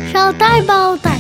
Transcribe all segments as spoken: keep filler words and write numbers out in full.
Шалтай-болтай.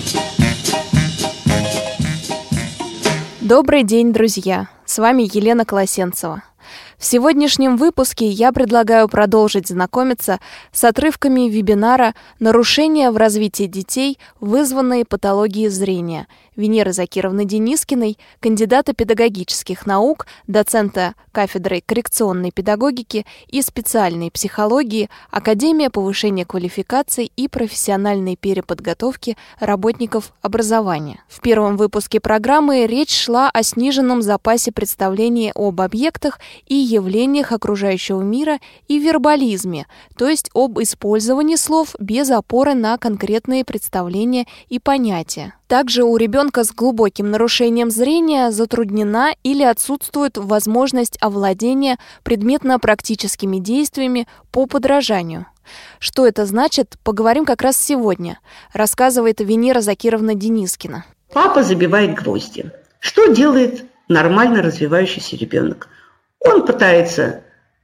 Добрый день, друзья! С вами Елена Колосенцева. В сегодняшнем выпуске я предлагаю продолжить знакомиться с отрывками вебинара «Нарушения в развитии детей, вызванные патологией зрения» Венеры Закировны Денискиной, кандидата педагогических наук, доцента кафедры коррекционной педагогики и специальной психологии, Академия повышения квалификации и профессиональной переподготовки работников образования. В первом выпуске программы речь шла о сниженном запасе представлений об объектах и явлениях окружающего мира и вербализме, то есть об использовании слов без опоры на конкретные представления и понятия. Также у ребенка с глубоким нарушением зрения затруднена или отсутствует возможность овладения предметно-практическими действиями по подражанию. Что это значит, поговорим как раз сегодня, рассказывает Венера Закировна Денискина. Папа забивает гвозди. Что делает нормально развивающийся ребенок? Он пытается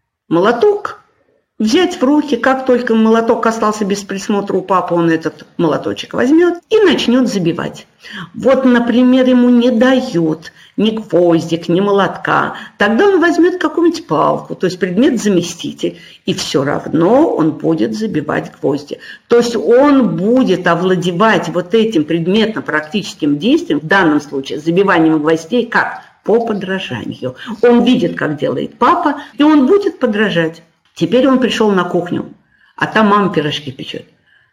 молоток взять в руки, как только молоток остался без присмотра у папы, он этот молоточек возьмет и начнет забивать. Вот, например, ему не дают ни гвоздик, ни молотка, тогда он возьмет какую-нибудь палку, то есть предмет-заместитель, и все равно он будет забивать гвозди. То есть он будет овладевать вот этим предметно-практическим действием, в данном случае забиванием гвоздей, как? По подражанию. Он видит, как делает папа, и он будет подражать. Теперь он пришел на кухню, а там мама пирожки печет.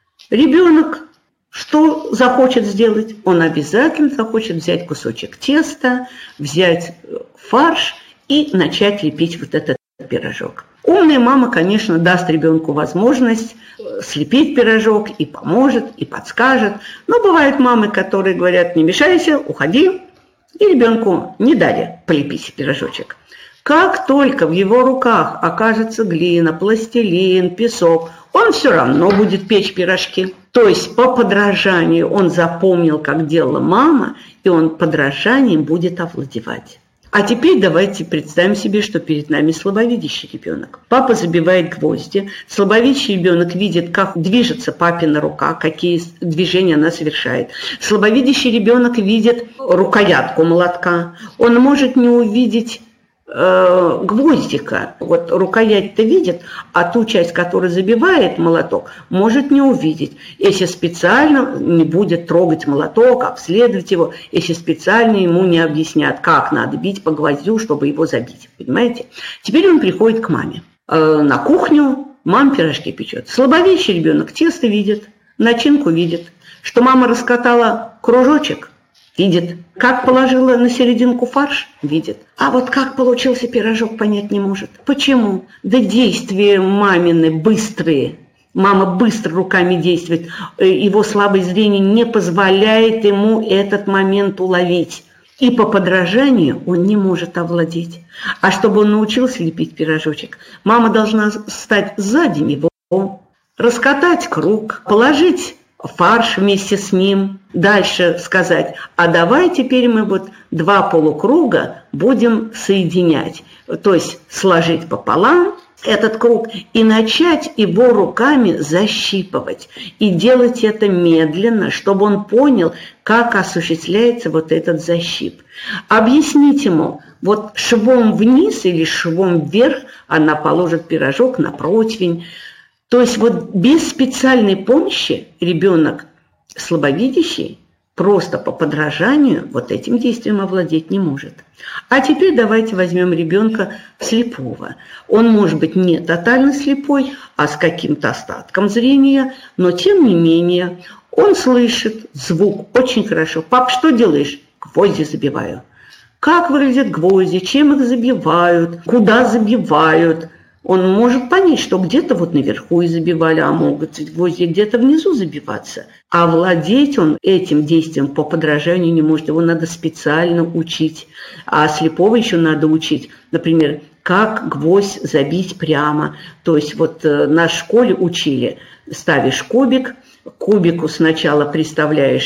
Ребенок что захочет сделать? Он обязательно захочет взять кусочек теста, взять фарш и начать лепить вот этот пирожок. Умная мама, конечно, даст ребенку возможность слепить пирожок и поможет, и подскажет. Но бывают мамы, которые говорят: не мешайся, уходи, и ребенку не дали полепить пирожочек. Как только в его руках окажется глина, пластилин, песок, он все равно будет печь пирожки. То есть по подражанию он запомнил, как делала мама, и он подражанием будет овладевать. А теперь давайте представим себе, что перед нами слабовидящий ребенок. Папа забивает гвозди. Слабовидящий ребенок видит, как движется папина рука, какие движения она совершает. Слабовидящий ребенок видит рукоятку молотка. Он может не увидеть э, гвоздика. Вот рукоять-то видит, а ту часть, которая забивает молоток, может не увидеть. Если специально не будет трогать молоток, обследовать его, если специально ему не объяснят, как надо бить по гвоздю, чтобы его забить. Понимаете? Теперь он приходит к маме. Э, на кухню мама пирожки печет. Слабовидящий ребенок тесто видит, начинку видит. Что мама раскатала кружочек, видит. Как положила на серединку фарш, видит. А вот как получился пирожок, понять не может. Почему? Да действия мамины быстрые. Мама быстро руками действует. Его слабое зрение не позволяет ему этот момент уловить. И по подражанию он не может овладеть. А чтобы он научился лепить пирожочек, мама должна стать сзади него, раскатать круг, положить фарш вместе с ним, дальше сказать: а давай теперь мы вот два полукруга будем соединять, то есть сложить пополам этот круг и начать его руками защипывать. И делать это медленно, чтобы он понял, как осуществляется вот этот защип. Объяснить ему: вот швом вниз или швом вверх она положит пирожок на противень. То есть вот без специальной помощи ребенок слабовидящий просто по подражанию вот этим действием овладеть не может. А теперь давайте возьмем ребенка слепого. Он может быть не тотально слепой, а с каким-то остатком зрения, но тем не менее он слышит звук очень хорошо. Пап, что делаешь? Гвозди забиваю. Как выглядят гвозди, чем их забивают, куда забивают? Он может понять, что где-то вот наверху и забивали, а могут гвозди где-то внизу забиваться. А владеть он этим действием по подражанию не может. Его надо специально учить. А слепого еще надо учить, например, как гвоздь забить прямо. То есть вот нас в школе учили: ставишь кубик, к кубику сначала приставляешь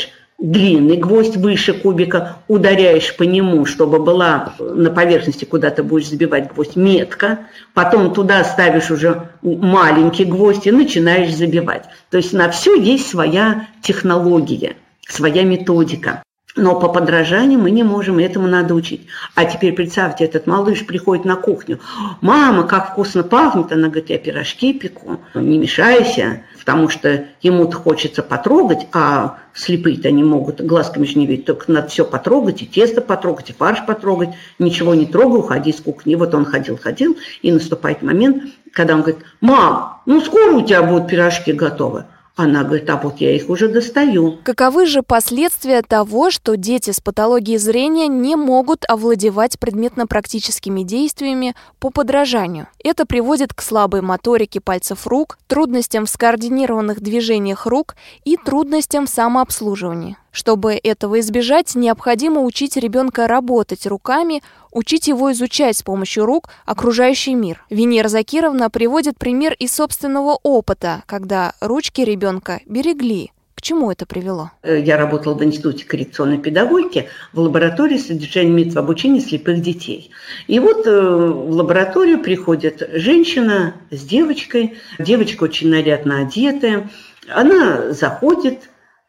длинный гвоздь выше кубика, ударяешь по нему, чтобы была на поверхности, куда ты будешь забивать гвоздь, метка. Потом туда ставишь уже маленький гвоздь и начинаешь забивать. То есть на все есть своя технология, своя методика. Но по подражанию мы не можем, этому надо учить. А теперь представьте, этот малыш приходит на кухню. «Мама, как вкусно пахнет!» Она говорит: «Я пирожки пеку». Не мешайся, потому что ему-то хочется потрогать, а слепые-то не могут, глазками же не видят. Только надо все потрогать, и тесто потрогать, и фарш потрогать. Ничего не трогай, уходи с кухни. Вот он ходил-ходил, и наступает момент, когда он говорит: «Мам, ну скоро у тебя будут пирожки готовы». Она говорит: «А вот я их уже достаю». Каковы же последствия того, что дети с патологией зрения не могут овладевать предметно-практическими действиями по подражанию? Это приводит к слабой моторике пальцев рук, трудностям в скоординированных движениях рук и трудностям в самообслуживании. Чтобы этого избежать, необходимо учить ребенка работать руками, учить его изучать с помощью рук окружающий мир. Венера Закировна приводит пример из собственного опыта, когда ручки ребенка берегли. К чему это привело? Я работала в Институте коррекционной педагогики в лаборатории содержания методов обучения слепых детей. И вот в лабораторию приходит женщина с девочкой. Девочка очень нарядно одетая. Она заходит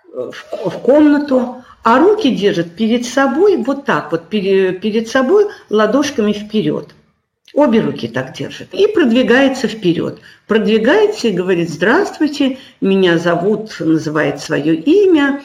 в комнату, а руки держит перед собой, вот так вот, перед собой ладошками вперед. Обе руки так держит. И продвигается вперед. Продвигается и говорит: «Здравствуйте, меня зовут», называет свое имя,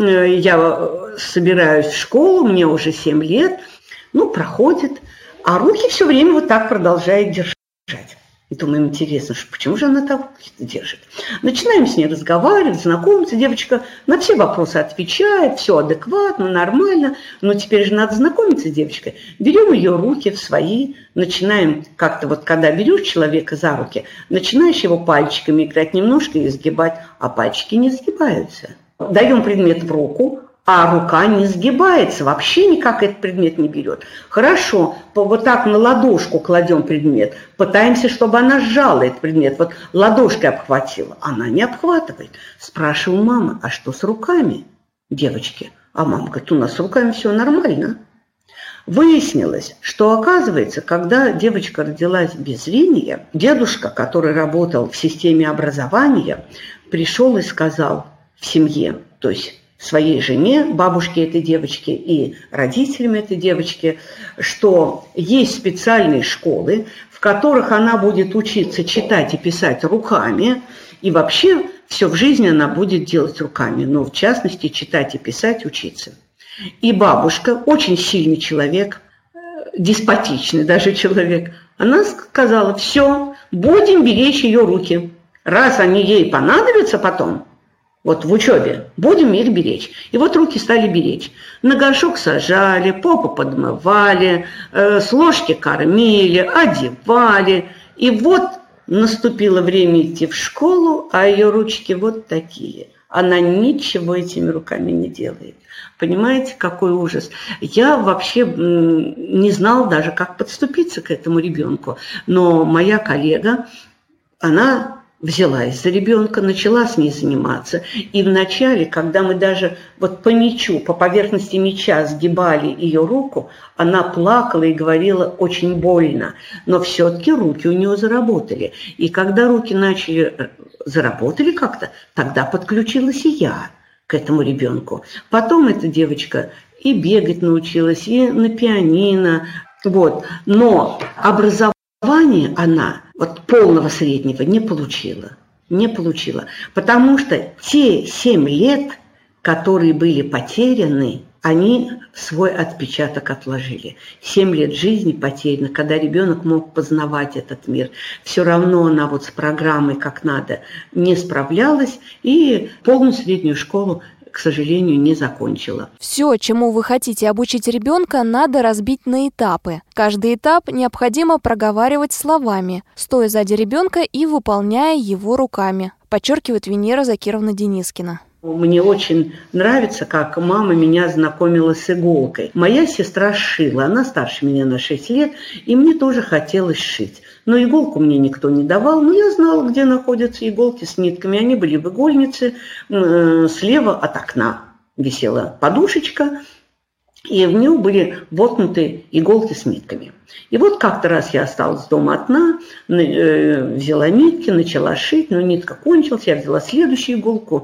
«я собираюсь в школу, мне уже семь лет». Ну, проходит, а руки все время вот так продолжает держать. И думаем: интересно, почему же она так держит? Начинаем с ней разговаривать, знакомиться. Девочка на все вопросы отвечает, все адекватно, нормально. Но теперь же надо знакомиться с девочкой. Берем ее руки в свои, начинаем как-то вот, когда берешь человека за руки, начинаешь его пальчиками играть немножко и изгибать, а пальчики не сгибаются. Даем предмет в руку, а рука не сгибается, вообще никак этот предмет не берет. Хорошо, вот так на ладошку кладем предмет, пытаемся, чтобы она сжала этот предмет, вот ладошкой обхватила, она не обхватывает. Спрашиваю мамы: «А что с руками, девочки?» А мама говорит: «У нас с руками все нормально». Выяснилось, что, оказывается, когда девочка родилась без зрения, дедушка, который работал в системе образования, пришел и сказал в семье, то есть своей жене, бабушке этой девочки и родителям этой девочки, что есть специальные школы, в которых она будет учиться читать и писать руками, и вообще все в жизни она будет делать руками, но в частности читать и писать, учиться. И бабушка, очень сильный человек, деспотичный даже человек, она сказала: «Все, будем беречь ее руки, раз они ей понадобятся потом, вот в учебе, будем их беречь». И вот руки стали беречь. На горшок сажали, попу подмывали, э, с ложки кормили, одевали. И вот наступило время идти в школу, а ее ручки вот такие. Она ничего этими руками не делает. Понимаете, какой ужас. Я вообще не знала даже, как подступиться к этому ребенку. Но моя коллега, она взялась за ребенка, начала с ней заниматься. И вначале, когда мы даже вот по мячу, по поверхности мяча сгибали ее руку, она плакала и говорила: очень больно. Но все-таки руки у нее заработали. И когда руки начали заработали как-то, тогда подключилась и я к этому ребенку. Потом эта девочка и бегать научилась, и на пианино. Вот. Но образование она вот полного среднего не получила. Не получила. Потому что те семь лет, которые были потеряны, они свой отпечаток отложили. Семь лет жизни потеряно, когда ребенок мог познавать этот мир. Все равно она вот с программой как надо не справлялась и полную среднюю школу, к сожалению, не закончила. Все, чему вы хотите обучить ребенка, надо разбить на этапы. Каждый этап необходимо проговаривать словами, стоя сзади ребенка и выполняя его руками, подчеркивает Венера Закировна Денискина. Мне очень нравится, как мама меня знакомила с иголкой. Моя сестра шила, она старше меня на шесть лет, и мне тоже хотелось шить. Но иголку мне никто не давал, но я знала, где находятся иголки с нитками. Они были в игольнице, э, слева от окна. висела подушечка, и в нее были воткнуты иголки с нитками. И вот как-то раз я осталась дома одна, взяла нитки, начала шить, но нитка кончилась, я взяла следующую иголку,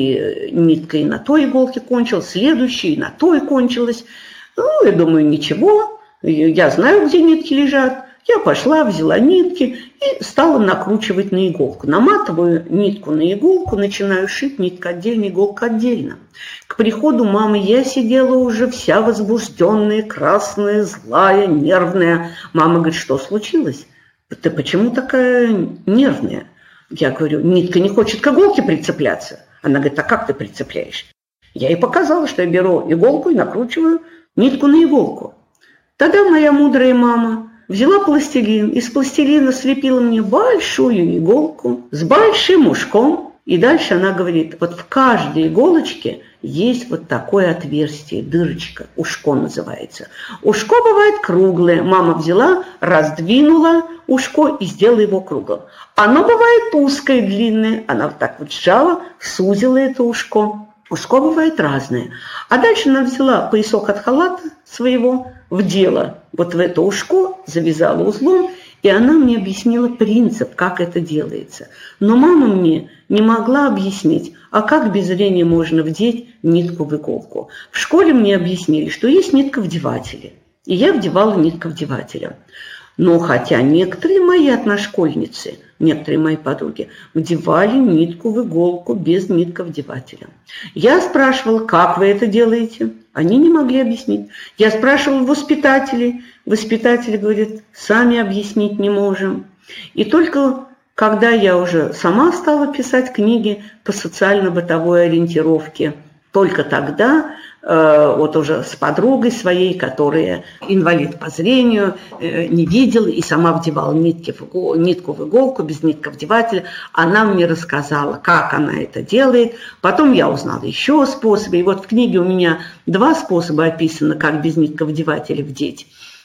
и нитка и на той иголке кончилась, следующая и на той кончилась. Ну, я думаю, ничего, я знаю, где нитки лежат. Я пошла, взяла нитки и стала накручивать на иголку. Наматываю нитку на иголку, начинаю шить, нитка отдельно, иголка отдельно. К приходу мамы я сидела уже вся возбужденная, красная, злая, нервная. Мама говорит, что случилось? Ты почему такая нервная? Я говорю, нитка не хочет к иголке прицепляться. Она говорит, а как ты прицепляешь? Я ей показала, что я беру иголку и накручиваю нитку на иголку. Тогда моя мудрая мама взяла пластилин, из пластилина слепила мне большую иголку с большим ушком. И дальше она говорит, вот в каждой иголочке есть вот такое отверстие, дырочка, ушко называется. Ушко бывает круглое. Мама взяла, раздвинула ушко и сделала его круглым. Оно бывает узкое, длинное. Она вот так вот сжала, сузила это ушко. Ушко бывает разное. А дальше она взяла поясок от халата своего, вдела вот в это ушко, завязала узлом, и она мне объяснила принцип, как это делается. Но мама мне не могла объяснить, а как без зрения можно вдеть нитку в иголку. В школе мне объяснили, что есть нитковдеватели, и я вдевала нитковдевателя. Но хотя некоторые мои одношкольницы, некоторые мои подруги вдевали нитку в иголку без нитковдевателя. Я спрашивала, как вы это делаете? Они не могли объяснить. Я спрашивала воспитателей. Воспитатели говорят, сами объяснить не можем. И только когда я уже сама стала писать книги по социально-бытовой ориентировке, только тогда, э, вот уже с подругой своей, которая инвалид по зрению, э, не видела и сама вдевала нитки в иголку, нитку в иголку без нитковдевателя, она мне рассказала, как она это делает. Потом я узнала еще способы. И вот в книге у меня два способа описано, как без нитковдевателя вдеть.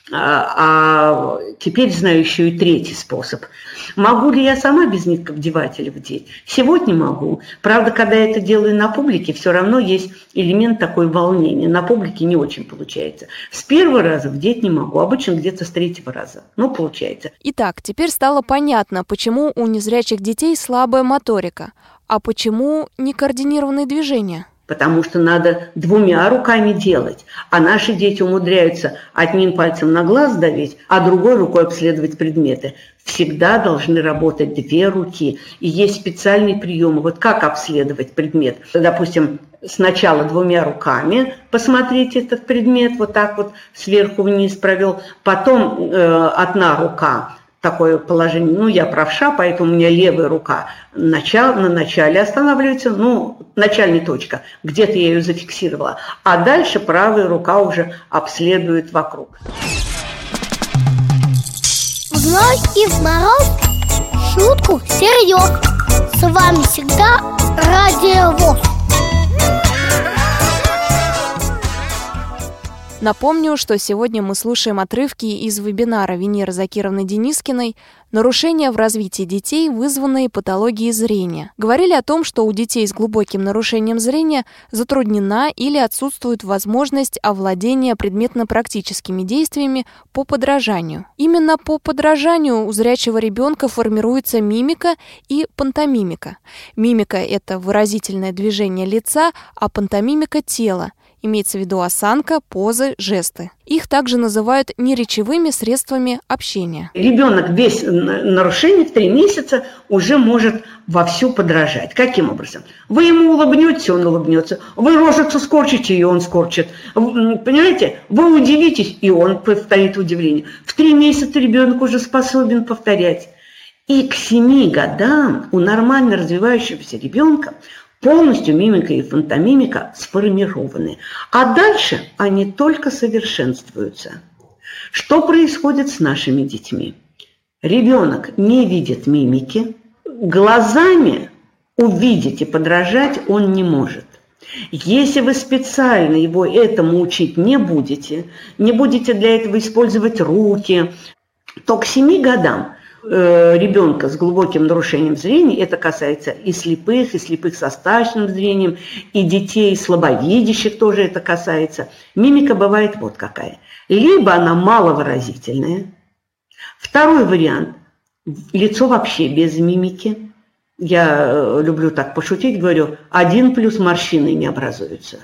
А теперь знаю еще и третий способ. Могу ли я сама без нитковдевателя вдеть? Сегодня могу. Правда, когда я это делаю на публике, все равно есть элемент такой волнения. На публике не очень получается. С первого раза вдеть не могу, обычно где-то с третьего раза. Ну, получается. Итак, теперь стало понятно, почему у незрячих детей слабая моторика, а почему некоординированные движения. Потому что надо двумя руками делать. А наши дети умудряются одним пальцем на глаз давить, а другой рукой обследовать предметы. Всегда должны работать две руки. И есть специальные приемы. Вот как обследовать предмет? Допустим, сначала двумя руками посмотреть этот предмет, вот так вот сверху вниз провел. Потом э, одна рука. Такое положение, ну, я правша, поэтому у меня левая рука начал, на начале останавливается, ну, начальная точка, где-то я ее зафиксировала, а дальше правая рука уже обследует вокруг. В зной и в мороз шутку серьез. С вами всегда Радио ВОС. Напомню, что сегодня мы слушаем отрывки из вебинара Венеры Закировны Денискиной «Нарушения в развитии детей, вызванные патологией зрения». Говорили о том, что у детей с глубоким нарушением зрения затруднена или отсутствует возможность овладения предметно-практическими действиями по подражанию. Именно по подражанию у зрячего ребенка формируется мимика и пантомимика. Мимика – это выразительное движение лица, а пантомимика – тела. Имеется в виду осанка, позы, жесты. Их также называют неречевыми средствами общения. Ребенок без нарушений в три месяца уже может вовсю подражать. Каким образом? Вы ему улыбнетесь, он улыбнется. Вы рожицу скорчите, и он скорчит. Понимаете? Вы удивитесь, и он повторит удивление. В три месяца ребенок уже способен повторять. И к семи годам у нормально развивающегося ребенка полностью мимика и пантомимика сформированы. А дальше они только совершенствуются. Что происходит с нашими детьми? Ребенок не видит мимики, глазами увидеть и подражать он не может. Если вы специально его этому учить не будете, не будете для этого использовать руки, то к семи годам э, ребенка с глубоким нарушением зрения, это касается и слепых, и слепых с остаточным зрением, и детей слабовидящих тоже это касается. Мимика бывает вот какая. Либо она маловыразительная. Второй вариант – лицо вообще без мимики. Я люблю так пошутить, говорю, один плюс морщины не образуются.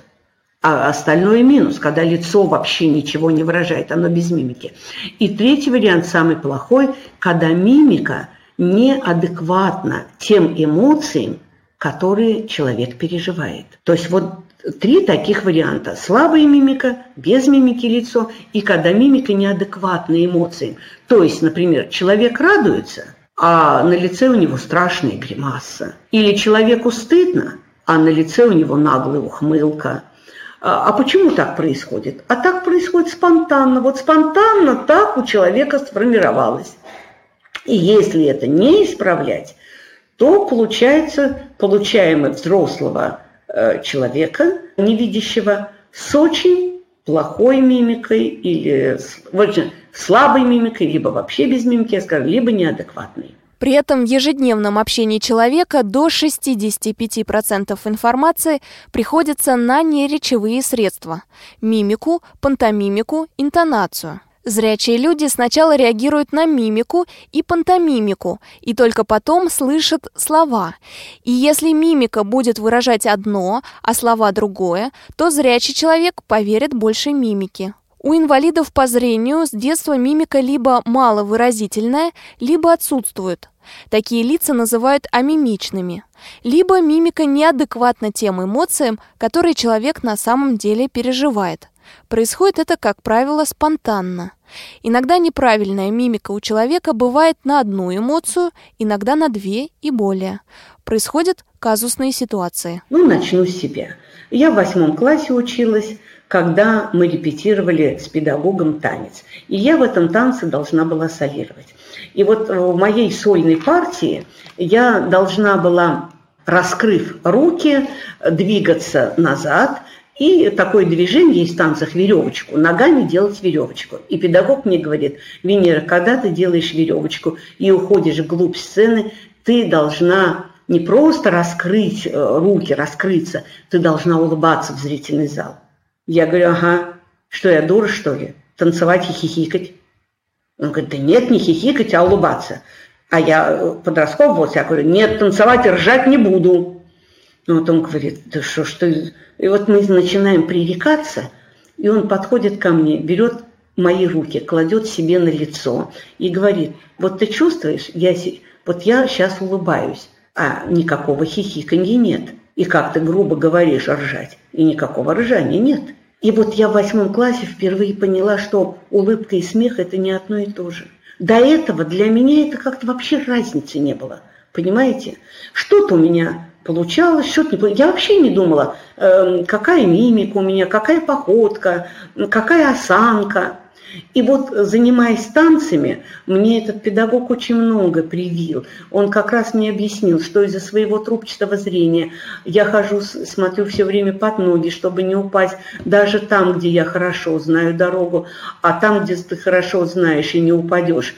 А остальное минус, когда лицо вообще ничего не выражает, оно без мимики. И третий вариант, самый плохой, когда мимика неадекватна тем эмоциям, которые человек переживает. То есть вот три таких варианта. Слабая мимика, без мимики лицо, и когда мимика неадекватна эмоциям. То есть, например, человек радуется, а на лице у него страшная гримаса. Или человеку стыдно, а на лице у него наглая ухмылка. А почему так происходит? А так происходит спонтанно. Вот спонтанно так у человека сформировалось. И если это не исправлять, то получается, получаем взрослого э, человека, невидящего, с очень плохой мимикой или с, очень слабой мимикой, либо вообще без мимики, я скажу, либо неадекватной. При этом в ежедневном общении человека до шестьдесят пять процентов информации приходится на неречевые средства – мимику, пантомимику, интонацию. Зрячие люди сначала реагируют на мимику и пантомимику, и только потом слышат слова. И если мимика будет выражать одно, а слова другое, то зрячий человек поверит больше мимике. У инвалидов по зрению с детства мимика либо маловыразительная, либо отсутствует. Такие лица называют амимичными. Либо мимика неадекватна тем эмоциям, которые человек на самом деле переживает. Происходит это, как правило, спонтанно. Иногда неправильная мимика у человека бывает на одну эмоцию, иногда на две и более. Происходят казусные ситуации. Ну, начну с себя. Я в восьмом классе училась, когда мы репетировали с педагогом танец. И я в этом танце должна была солировать. И вот в моей сольной партии я должна была, раскрыв руки, двигаться назад. И такое движение есть в танцах, веревочку, ногами делать веревочку. И педагог мне говорит: Венера, когда ты делаешь веревочку и уходишь вглубь сцены, ты должна не просто раскрыть руки, раскрыться, ты должна улыбаться в зрительный зал. Я говорю: ага, что я дура, что ли? Танцевать и хихикать? Он говорит: да нет, не хихикать, а улыбаться. А я подростковый, вот я говорю: нет, танцевать и ржать не буду. Ну, вот он говорит: да что ж ты... И вот мы начинаем пререкаться, и он подходит ко мне, берет мои руки, кладет себе на лицо и говорит: вот ты чувствуешь, я, вот я сейчас улыбаюсь, а никакого хихиканья нет. И как ты грубо говоришь ржать, и никакого ржания нет. И вот я в восьмом классе впервые поняла, что улыбка и смех – это не одно и то же. До этого для меня это как-то вообще разницы не было. Понимаете? Что-то у меня получалось, что-то не получалось. Я вообще не думала, э, какая мимика у меня, какая походка, какая осанка. И вот, занимаясь танцами, мне этот педагог очень много привил. Он как раз мне объяснил, что из-за своего трубчатого зрения я хожу, смотрю все время под ноги, чтобы не упасть даже там, где я хорошо знаю дорогу, а там, где ты хорошо знаешь и не упадешь,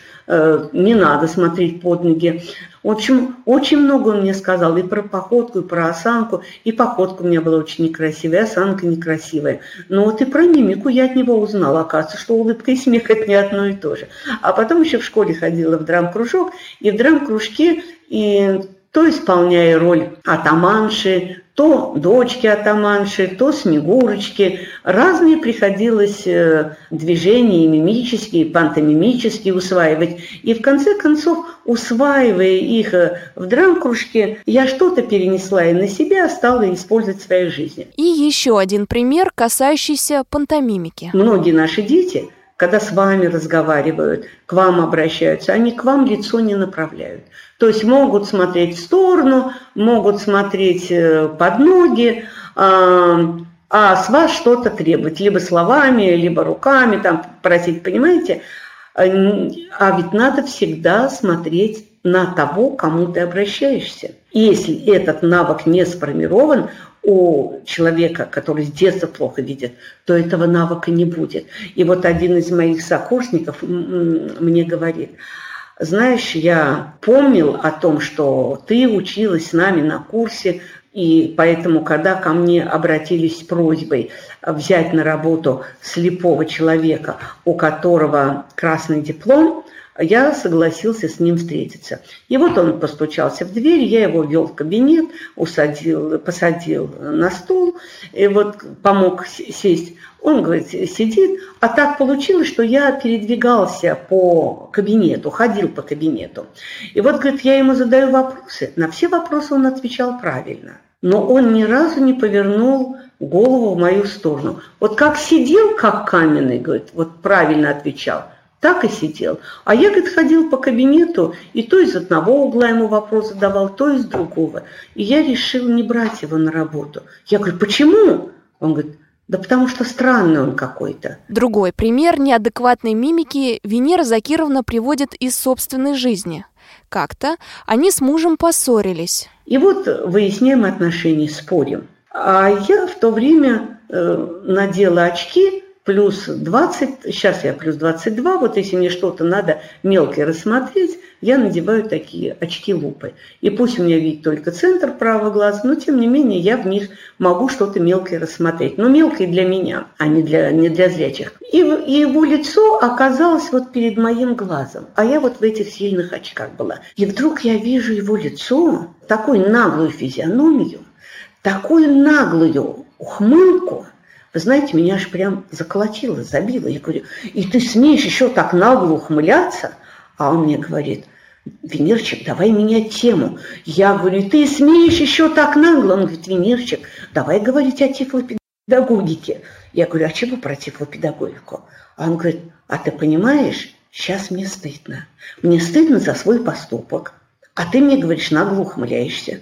не надо смотреть под ноги. В общем, очень много он мне сказал и про походку, и про осанку. И походка у меня была очень некрасивая, и осанка некрасивая. Но вот и про мимику я от него узнала, оказывается, что улыбка и смех – это не одно и то же. А потом еще в школе ходила в драм-кружок, и в драм-кружке и то исполняя роль атаманши, то дочки атаманши, то снегурочки. Разные приходилось движения и мимические, и пантомимические усваивать. И в конце концов, усваивая их в драм-кружке, я что-то перенесла и на себя, стала использовать в своей жизни. И еще один пример, касающийся пантомимики. Многие наши дети, когда с вами разговаривают, к вам обращаются, они к вам лицо не направляют. То есть могут смотреть в сторону, могут смотреть под ноги, а, а с вас что-то требовать, либо словами, либо руками, там, просить, понимаете? А ведь надо всегда смотреть на того, к кому ты обращаешься. И если этот навык не сформирован у человека, который с детства плохо видит, то этого навыка не будет. И вот один из моих сокурсников мне говорит: знаешь, я помнил о том, что ты училась с нами на курсе, и поэтому, когда ко мне обратились с просьбой взять на работу слепого человека, у которого красный диплом, я согласился с ним встретиться. И вот он постучался в дверь, я его ввел в кабинет, усадил, посадил на стул, и вот помог сесть. Он, говорит, сидит, а так получилось, что я передвигался по кабинету, ходил по кабинету. И вот, говорит, я ему задаю вопросы, на все вопросы он отвечал правильно. Но он ни разу не повернул голову в мою сторону. Вот как сидел, как каменный, говорит, вот правильно отвечал, так и сидел. А я, говорит, ходил по кабинету, и то из одного угла ему вопрос задавал, то из другого. И я решил не брать его на работу. Я говорю, почему? Он говорит, да потому что странный он какой-то. Другой пример неадекватной мимики Венера Закировна приводит из собственной жизни. Как-то они с мужем поссорились. И вот выясняем отношения, спорим. А я в то время э, надела очки, плюс двадцать, сейчас я плюс двадцать два, вот если мне что-то надо мелкое рассмотреть, я надеваю такие очки-лупы. И пусть у меня видит только центр правого глаза, но тем не менее я в них могу что-то мелкое рассмотреть. Но мелкое для меня, а не для, не для зрячих. И, и его лицо оказалось вот перед моим глазом, а я вот в этих сильных очках была. И вдруг я вижу его лицо, такую наглую физиономию, такую наглую ухмылку. Вы знаете, меня аж прям заколотило, забило. Я говорю, и ты смеешь еще так нагло ухмыляться? А он мне говорит, Венерчик, давай менять тему. Я говорю, ты смеешь еще так нагло? Он говорит, Венерчик, давай говорить о тифлопедагогике. Я говорю, а чего про тифлопедагогику? А он говорит, а ты понимаешь, сейчас мне стыдно. Мне стыдно за свой поступок. А ты мне говоришь, нагло ухмыляешься.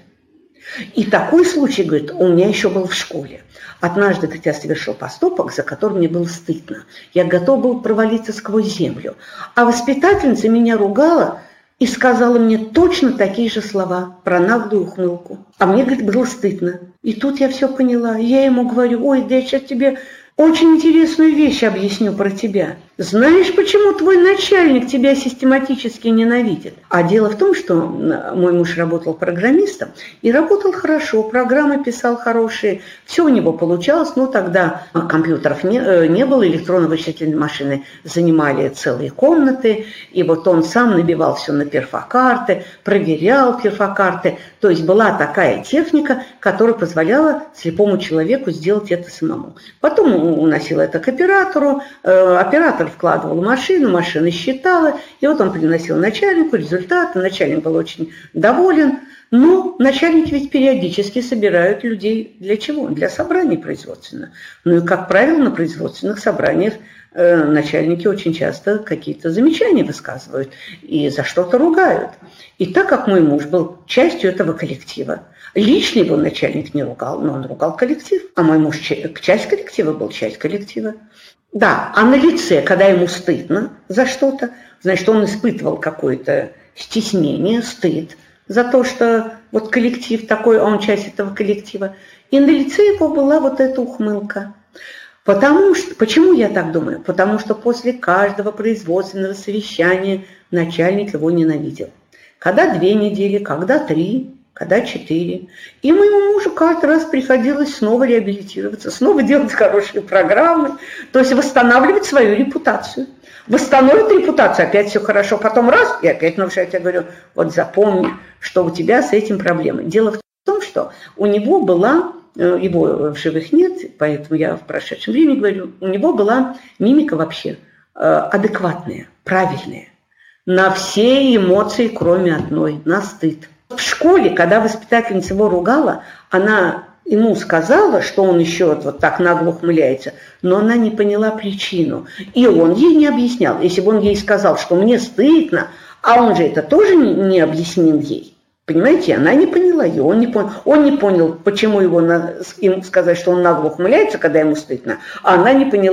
И такой случай, говорит, у меня еще был в школе. Однажды, говорит, я совершил поступок, за который мне было стыдно. Я готов был провалиться сквозь землю. А воспитательница меня ругала и сказала мне точно такие же слова про наглую ухмылку. А мне, говорит, было стыдно. И тут я все поняла. Я ему говорю, ой, да я сейчас тебе очень интересную вещь объясню про тебя. Знаешь, почему твой начальник тебя систематически ненавидит? А дело в том, что мой муж работал программистом и работал хорошо, программы писал хорошие, все у него получалось, но тогда компьютеров не, не было, электронно-вычислительные машины занимали целые комнаты, и вот он сам набивал все на перфокарты, проверял перфокарты, то есть была такая техника, которая позволяла слепому человеку сделать это самому. Потом он уносил это к оператору, оператор вкладывал в машину, машина считала, и вот он приносил начальнику результаты, начальник был очень доволен. Но начальники ведь периодически собирают людей для чего? Для собраний производственных. Ну и, как правило, на производственных собраниях э, начальники очень часто какие-то замечания высказывают и за что-то ругают. И так как мой муж был частью этого коллектива, лично его начальник не ругал, но он ругал коллектив, а мой муж часть коллектива был, часть коллектива. Да, а на лице, когда ему стыдно за что-то, значит, он испытывал какое-то стеснение, стыд за то, что вот коллектив такой, а он часть этого коллектива. И на лице его была вот эта ухмылка. Потому что, почему я так думаю? Потому что после каждого производственного совещания начальник его ненавидел. Когда две недели, когда три, когда четыре. И моему мужу каждый раз приходилось снова реабилитироваться, снова делать хорошие программы, то есть восстанавливать свою репутацию. Восстановит репутацию, опять все хорошо, потом раз, и опять нарушает. Я говорю, вот запомни, что у тебя с этим проблемы. Дело в том, что у него была, его в живых нет, поэтому я в прошедшем времени говорю, у него была мимика вообще адекватная, правильная, на все эмоции, кроме одной, на стыд. В школе, когда воспитательница его ругала, она ему сказала, что он еще вот так нагло ухмыляется, но она не поняла причину. И он ей не объяснял. Если бы он ей сказал, что мне стыдно, а он же это тоже не объяснил ей. Понимаете, она не поняла ее, он не понял, он не понял, почему его, ему сказать, что он нагло ухмыляется, когда ему стыдно, а она не поняла,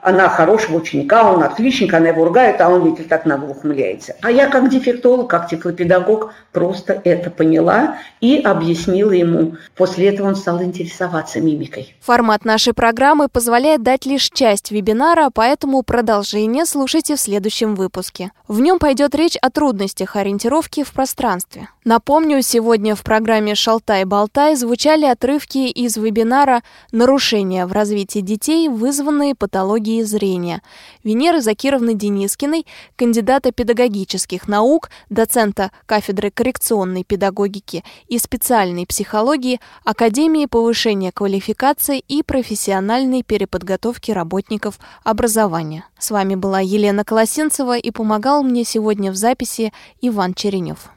она хорошего ученика, он отличник, она его ругает, а он, видите, так нагло ухмыляется. А я как дефектолог, как тифлопедагог просто это поняла и объяснила ему. После этого он стал интересоваться мимикой. Формат нашей программы позволяет дать лишь часть вебинара, поэтому продолжение слушайте в следующем выпуске. В нем пойдет речь о трудностях ориентировки в пространстве. Напомню, сегодня в программе «Шалтай-болтай» звучали отрывки из вебинара «Нарушения в развитии детей, вызванные патологией зрения» Венеры Закировны Денискиной, кандидата педагогических наук, доцента кафедры коррекционной педагогики и специальной психологии Академии повышения квалификации и профессиональной переподготовки работников образования. С вами была Елена Колосенцева, и помогал мне сегодня в записи Иван Черенев.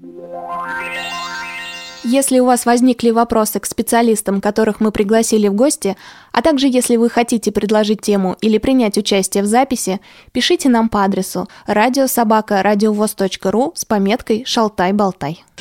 Если у вас возникли вопросы к специалистам, которых мы пригласили в гости, а также если вы хотите предложить тему или принять участие в записи, пишите нам по адресу радио собака радиовоз точка ру с пометкой «Шалтай-болтай».